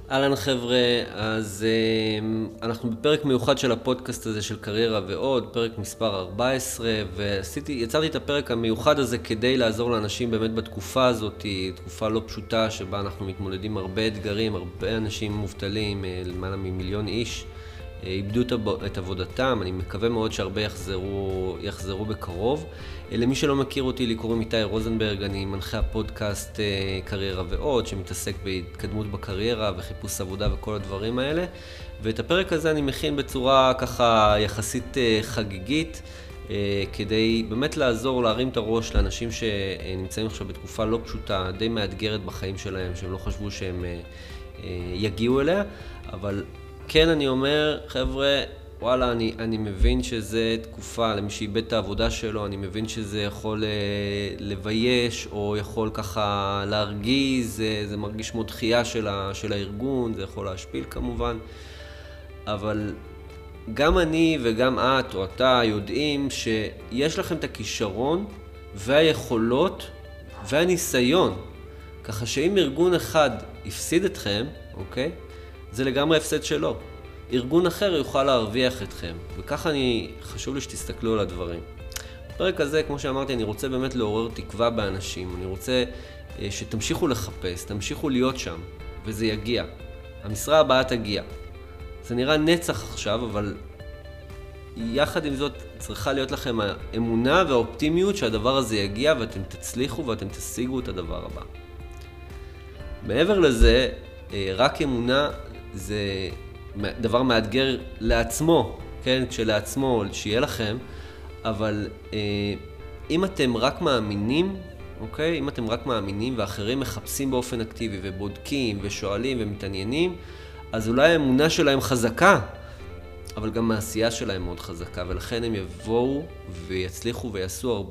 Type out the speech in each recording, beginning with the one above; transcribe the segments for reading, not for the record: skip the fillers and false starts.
אהלן חבר'ה, אז אנחנו בפרק מיוחד של הפודקאסט הזה של קריירה ועוד, פרק מספר 14, ויצרתי את הפרק המיוחד הזה כדי לעזור לאנשים באמת בתקופה הזאת, תקופה לא פשוטה שבה אנחנו מתמודדים הרבה אתגרים, הרבה אנשים מובטלים, למעלה ממיליון איש, איבדו את עבודתם, אני מקווה מאוד שהרבה יחזרו בקרוב. למי שלא מכיר אותי, לי קוראים איתי רוזנברג, אני מנחה הפודקאסט קריירה ועוד, שמתעסק בהתקדמות בקריירה וחיפוש עבודה וכל הדברים האלה. ואת הפרק הזה אני מכין בצורה ככה יחסית חגיגית, כדי באמת לעזור, להרים את הראש לאנשים שנמצאים עכשיו בתקופה לא פשוטה, די מאתגרת בחיים שלהם, שהם לא חשבו שהם יגיעו אליה, אבל כן, אני אומר, חבר'ה, וואלה, אני מבין שזה תקופה, למי שאיבד את העבודה שלו, אני מבין שזה יכול לבייש, או יכול ככה להרגיז, זה מרגיש כמו דחייה של הארגון, זה יכול להשפיל כמובן, אבל גם אני וגם את או אתה יודעים שיש לכם את הכישרון והיכולות והניסיון, ככה שאם ארגון אחד יפסיד אתכם, אוקיי? זה לגמרי הפסד שלו. ארגון אחר יוכל להרוויח אתכם, וככה חשוב לי שתסתכלו על הדברים. בפרק הזה, כמו שאמרתי, אני רוצה באמת לעורר תקווה באנשים, אני רוצה שתמשיכו לחפש, תמשיכו להיות שם, וזה יגיע. המשרה הבאה תגיע. זה נראה נצח עכשיו, אבל יחד עם זאת צריכה להיות לכם האמונה והאופטימיות שהדבר הזה יגיע, ואתם תצליחו ואתם תשיגו את הדבר הבא. מעבר לזה, רק אמונה זה דבר מאתגר לעצמו, כן? כשלעצמו, שיהיה לכם, אבל אם אתם רק מאמינים, אוקיי? אם אתם רק מאמינים ואחרים מחפשים באופן אקטיבי ובודקים ושואלים ומתעניינים, אז אולי האמונה שלהם חזקה, אבל גם העשייה שלהם מאוד חזקה, ולכן הם יבואו ויצליחו ויעשו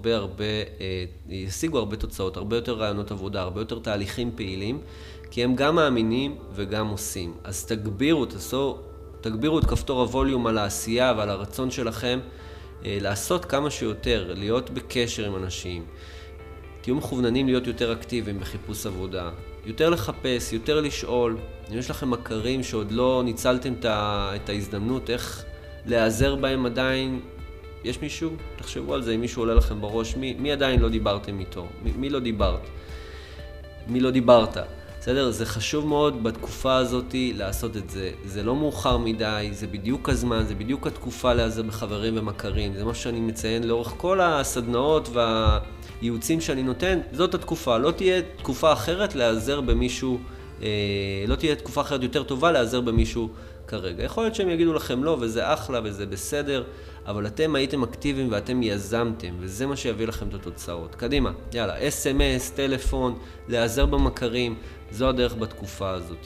ישיגו הרבה תוצאות, הרבה יותר רעיונות עבודה, הרבה יותר תהליכים פעילים, כי הם גם מאמינים וגם עושים. אז תגבירו את כפתור הווליום על העשייה ועל הרצון שלכם לעשות כמה שיותר, להיות בקשר עם אנשים. תהיו מכווננים להיות יותר אקטיביים בחיפוש עבודה, יותר לחפש, יותר לשאול. אם יש לכם מכרים שעוד לא ניצלתם את ההזדמנות, איך להיעזר בהם עדיין, יש מישהו? תחשבו על זה, אם מישהו עולה לכם בראש, מי עדיין לא דיברתם איתו? מי לא דיברת? מי לא דיברת? בסדר? זה חשוב מאוד בתקופה הזאת לעשות את זה. זה לא מאוחר מדי, זה בדיוק הזמן, זה בדיוק התקופה להיעזר בחברים ומכרים. זה מה שאני מציין לאורך כל הסדנאות והייעוצים שאני נותן. זאת התקופה, לא תהיה תקופה אחרת להיעזר במישהו, לא תהיה תקופה אחרת יותר טובה להיעזר במישהו כרגע. יכול להיות שהם יגידו לכם לא, וזה אחלה וזה בסדר, אבל אתם הייתם אקטיביים ואתם יזמתם, וזה מה שיביא לכם את התוצאות. קדימה, יאללה, SMS, טלפון, להיעזר במכרים, זו הדרך בתקופה הזאת.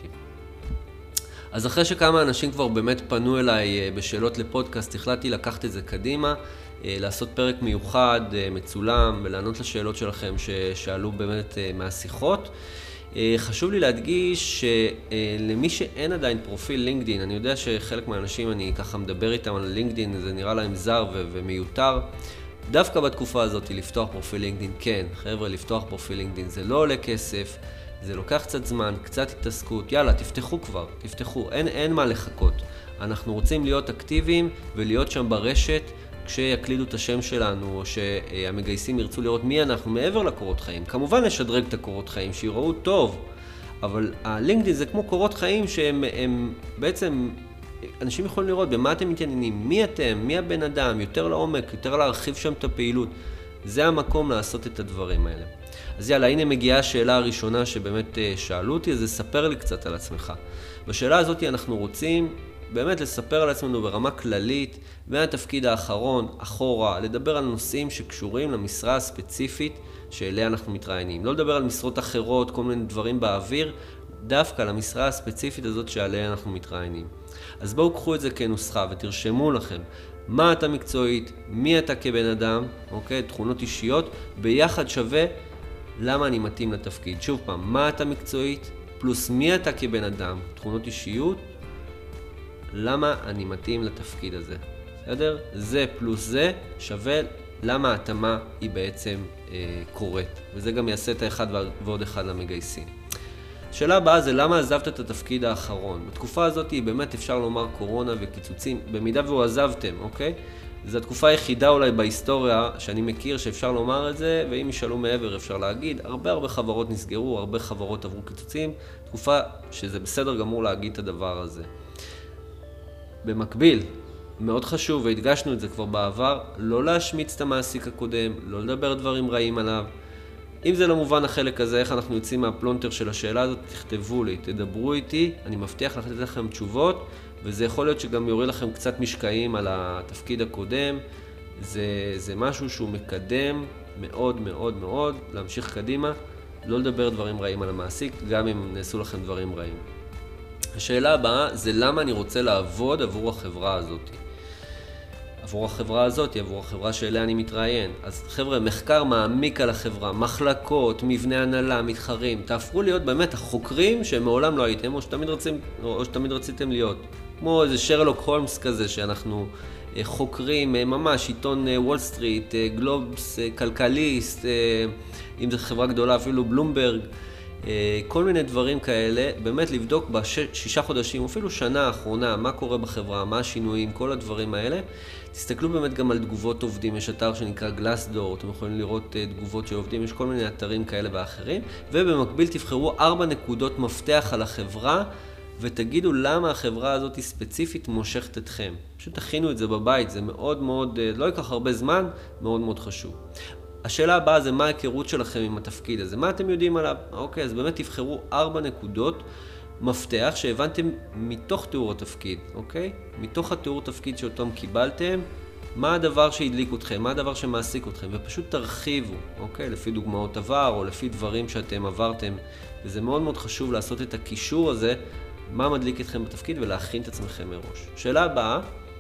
אז אחרי שכמה אנשים כבר באמת פנו אליי בשאלות לפודקאסט, החלטתי לקחת את זה קדימה, לעשות פרק מיוחד, מצולם, ולענות לשאלות שלכם ששאלו באמת מהשיחות. חשוב לי להדגיש שלמי שאין עדיין פרופיל לינקדין, אני יודע שחלק מהאנשים אני ככה מדבר איתם על לינקדין, זה נראה להם זר ומיותר. דווקא בתקופה הזאת לפתוח פרופיל לינקדין, כן, חבר'ה, לפתוח פרופיל לינקדין זה לא עולה כסף, זה לוקח קצת זמן, קצת התעסקות, יאללה, תפתחו כבר, תפתחו, אין מה לחכות. אנחנו רוצים להיות אקטיביים ולהיות שם ברשת, כשיקלידו את השם שלנו, או שהמגייסים ירצו לראות מי אנחנו מעבר לקורות חיים. כמובן לשדרג את הקורות חיים, שיראו טוב, אבל הלינקדין זה כמו קורות חיים שהם בעצם, אנשים יכולים לראות במה אתם מתעניינים, מי אתם, מי הבן אדם, יותר לעומק, יותר להרחיב שם את הפעילות. זה המקום לעשות את הדברים האלה. אז יאללה, הנה מגיעה השאלה הראשונה שבאמת שאלו אותי, אז ספר לי קצת על עצמך. בשאלה הזאת אנחנו רוצים באמת לספר על עצמנו ברמה כללית, מהתפקיד האחרון, אחורה, לדבר על נושאים שקשורים למשרה הספציפית שאליה אנחנו מתראיינים. לא לדבר על משרות אחרות, כל מיני דברים באוויר, דווקא למשרה הספציפית הזאת שעליה אנחנו מתראיינים. אז בואו קחו את זה כנוסחה ותרשמו לכם מה אתה מקצועית, מי אתה כבן אדם, אוקיי? תכונות אישיות, ביחד שווה למה אני מתאים לתפקיד. שוב פעם, מה אתה מקצועית, פלוס מי אתה כבן אדם, תכונות אישיות, למה אני מתאים לתפקיד הזה. בסדר? זה פלוס זה שווה למה ההתאמה היא בעצם קורית. וזה גם יעשה את האחד ועוד אחד למגייסים. השאלה הבאה זה למה עזבת את התפקיד האחרון. בתקופה הזאת היא באמת אפשר לומר קורונה וקיצוצים, במידה והוא עזבתם, אוקיי? זו התקופה היחידה אולי בהיסטוריה שאני מכיר שאפשר לומר את זה, ואם ישאלו מעבר אפשר להגיד, הרבה חברות נסגרו, הרבה חברות עברו קיצוצים, תקופה שזה בסדר גמור להגיד את הדבר הזה. במקביל, מאוד חשוב, והדגשנו את זה כבר בעבר, לא להשמיץ את המעסיק הקודם, לא לדבר דברים רעים עליו. אם זה לא מובן החלק הזה, איך אנחנו יוצאים מהפלונטר של השאלה הזאת, תכתבו לי, תדברו איתי, אני מבטיח לתת לכם תשובות, וזה יכול להיות שגם יוריד לכם קצת משקעים על התפקיד הקודם. זה משהו שהוא מקדם מאוד מאוד מאוד, להמשיך קדימה, לא לדבר דברים רעים על המעסיק, גם אם נעשו לכם דברים רעים. השאלה הבאה זה למה אני רוצה לעבוד עבור החברה הזאת. עבור החברה הזאת, עבור החברה שאליה אני מתראיין. אז חבר'ה, מחקר מעמיק על החברה, מחלקות, מבנה הנהלה, מתחרים, תהפכו להיות באמת החוקרים שמעולם לא הייתם, או שתמיד רציתם להיות. כמו איזה שרלוק הולמס כזה, שאנחנו חוקרים ממש, עיתון וול סטריט, גלובס, כלכליסט, אם זו חברה גדולה, אפילו בלומברג, כל מיני דברים כאלה, באמת לבדוק ב6 חודשים, אפילו שנה האחרונה, מה קורה בחברה, מה השינויים, כל הדברים האלה. תסתכלו באמת גם על תגובות עובדים, יש אתר שנקרא גלאסדור, אתם יכולים לראות תגובות של עובדים, יש כל מיני אתרים כאלה ואחרים, ובמקביל תבחרו 4 נקודות מפתח על החברה, ותגידו למה החברה הזאת ספציפית מושכת אתכם. פשוט תכינו את זה בבית, זה מאוד מאוד, לא ייקח הרבה זמן, מאוד מאוד חשוב. השאלה הבאה זה מה ההיכרות שלכם עם התפקיד הזה, מה אתם יודעים עליו? אוקיי, אז באמת תבחרו 4 נקודות מפתח שהבנתם מתוך תיאור התפקיד, אוקיי? מתוך התיאור התפקיד שאותם קיבלתם, מה הדבר שהדליק אתכם, מה הדבר שמעסיק אתכם, ופשוט תרחיבו, אוקיי? לפי דוגמאות עבר או לפי דברים שאתם עברתם, וזה מאוד מאוד חשוב לעשות את הקישור הזה, מה מדליק אתכם בתפקיד ולהכין את עצמכם מראש. שאלה הבאה,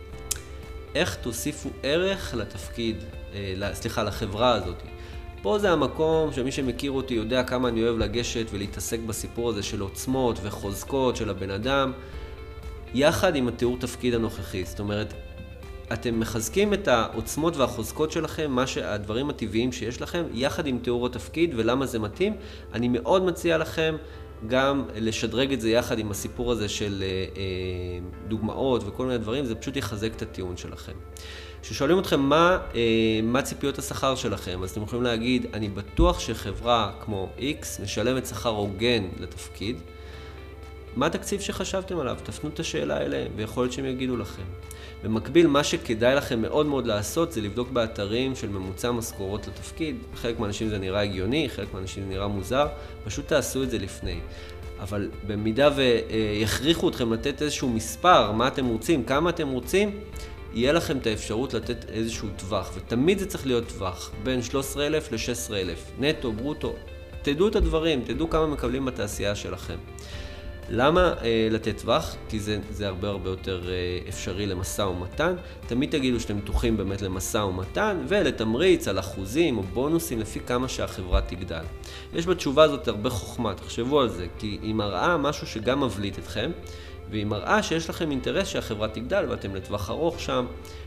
איך תוסיפו ערך לתפקיד, לחברה הזאת. פה זה המקום שמי שמכיר אותי יודע כמה אני אוהב לגשת ולהתעסק בסיפור הזה של עוצמות וחוזקות של הבן אדם, יחד עם התיאור תפקיד הנוכחי. זאת אומרת, אתם מחזקים את העוצמות והחוזקות שלכם, הדברים הטבעיים שיש לכם, יחד עם תיאור התפקיד ולמה זה מתאים. אני מאוד מציע לכם גם לשדרג את זה יחד עם הסיפור הזה של דוגמאות וכל מיני דברים, זה פשוט יחזק את הטיעון שלכם. כששואלים אתכם מה ציפיות השכר שלכם, אז אתם יכולים להגיד, אני בטוח שחברה כמו X משלמת שכר הוגן לתפקיד. מה התקציב שחשבתם עליו? תפנו את השאלה אליהם, ויכול להיות שהם יגידו לכם. במקביל, מה שכדאי לכם מאוד מאוד לעשות, זה לבדוק באתרים של ממוצע משכורות לתפקיד. חלק מהאנשים זה נראה הגיוני, חלק מהאנשים זה נראה מוזר, פשוט תעשו את זה לפני. אבל במידה ויכריחו אתכם לתת איזשהו מספר, מה אתם רוצים, כמה אתם רוצים, יהיה לכם את האפשרות לתת איזשהו טווח, ותמיד זה צריך להיות טווח, בין 13,000 ל-16,000, נטו, ברוטו. תדעו את הדברים, תדעו כמה מקבלים בתעשייה שלכם. למה לתת טווח? כי זה הרבה יותר אפשרי למשא ומתן. תמיד תגידו שאתם מתוחים באמת למשא ומתן, ולתמריץ על אחוזים או בונוסים לפי כמה שהחברה תגדל. יש בתשובה הזאת הרבה חוכמה, תחשבו על זה, כי היא מראה משהו שגם מבליט אתכם, והיא מראה שיש לכם אינטרס שהחברה תגדל ואתם לטווח ארוך שם,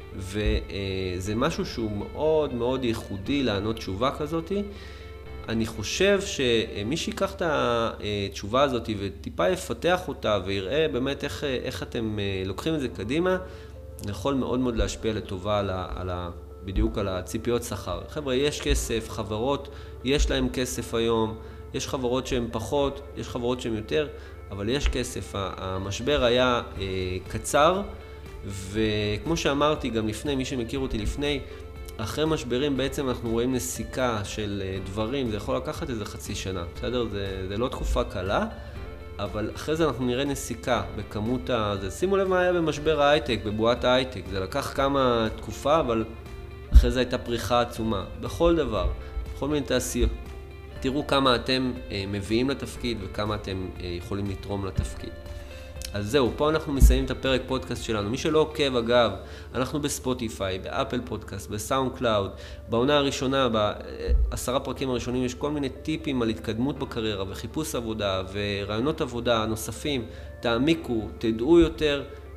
וזה משהו שהוא מאוד מאוד ייחודי לענות תשובה כזאת. אני חושב שמי שיקח את התשובה הזאת וטיפה יפתח אותה ויראה באמת איך אתם לוקחים את זה קדימה, יכול מאוד מאוד להשפיע לטובה בדיוק על הציפיות שכר. חבר'ה, יש כסף, חברות, יש להם כסף היום, יש חברות שהן פחות, יש חברות שהן יותר, אבל יש כסף. המשבר היה קצר, וכמו שאמרתי גם לפני, מי שמכיר אותי לפני, אחרי משברים בעצם אנחנו רואים נסיקה של דברים, זה יכול לקחת איזה חצי שנה, בסדר? זה לא תקופה קלה, אבל אחרי זה אנחנו נראה נסיקה בכמות הזה. שימו לב מה היה במשבר ההייטק, בבועת ההייטק, זה לקח כמה תקופה, אבל אחרי זה הייתה פריחה עצומה, בכל דבר, בכל מיני תעשיות. תראו כמה אתם מביאים לתפקיד וכמה אתם יכולים לתרום לתפקיד. אז זהו, פה אנחנו מסיימים את הפרק פודקאסט שלנו. מי שלא עוקב, אגב, אנחנו בספוטיפיי, באפל פודקאסט, בסאונד קלאוד. בעונה הראשונה, ב10 פרקים הראשונים, יש כל מיני טיפים על התקדמות בקריירה וחיפוש עבודה ורעיונות עבודה נוספים. תעמיקו, תדעו יותר,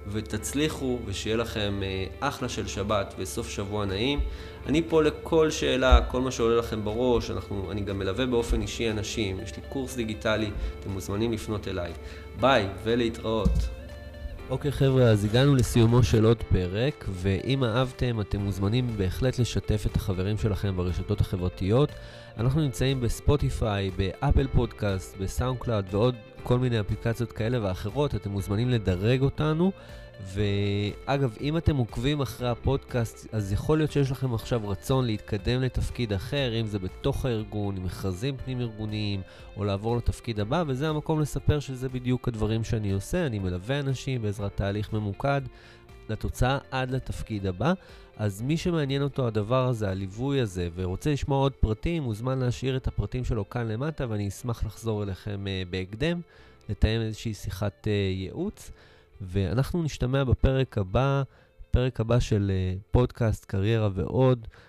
ותצליחו, ושיהיה לכם אחלה של שבת וסוף שבוע נעים. אני פה לכל שאלה, כל מה שעולה לכם בראש, אני גם מלווה באופן אישי אנשים, יש לי קורס דיגיטלי, אתם מוזמנים לפנות אליי. ביי ולהתראות. אוקיי חבר'ה, אז הגענו לסיומו של עוד פרק, ואם אהבתם אתם מוזמנים בהחלט לשתף את החברים שלכם ברשתות החברתיות. אנחנו נמצאים בספוטיפיי, באפל פודקאסט, בסאונד קלאוד ועוד כל מיני אפליקציות כאלה ואחרות, אתם מוזמנים לדרג אותנו. ואגב, אם אתם עוקבים אחרי הפודקאסט, אז יכול להיות שיש לכם עכשיו רצון להתקדם לתפקיד אחר, אם זה בתוך הארגון, עם מכרזים פנים ארגוניים, או לעבור לתפקיד הבא, וזה המקום לספר שזה בדיוק הדברים שאני עושה. אני מלווה אנשים בעזרת תהליך ממוקד לתוצאה עד לתפקיד הבא. אז מי שמעניין אותו הדבר הזה, הליווי הזה, ורוצה לשמוע עוד פרטים, מוזמן להשאיר את הפרטים שלו כאן למטה, ואני אשמח לחזור אליכם בהקדם, לתאם איזושהי שיחת ייעוץ. ואנחנו נשתמע בפרק הבא של פודקאסט קריירה ועוד.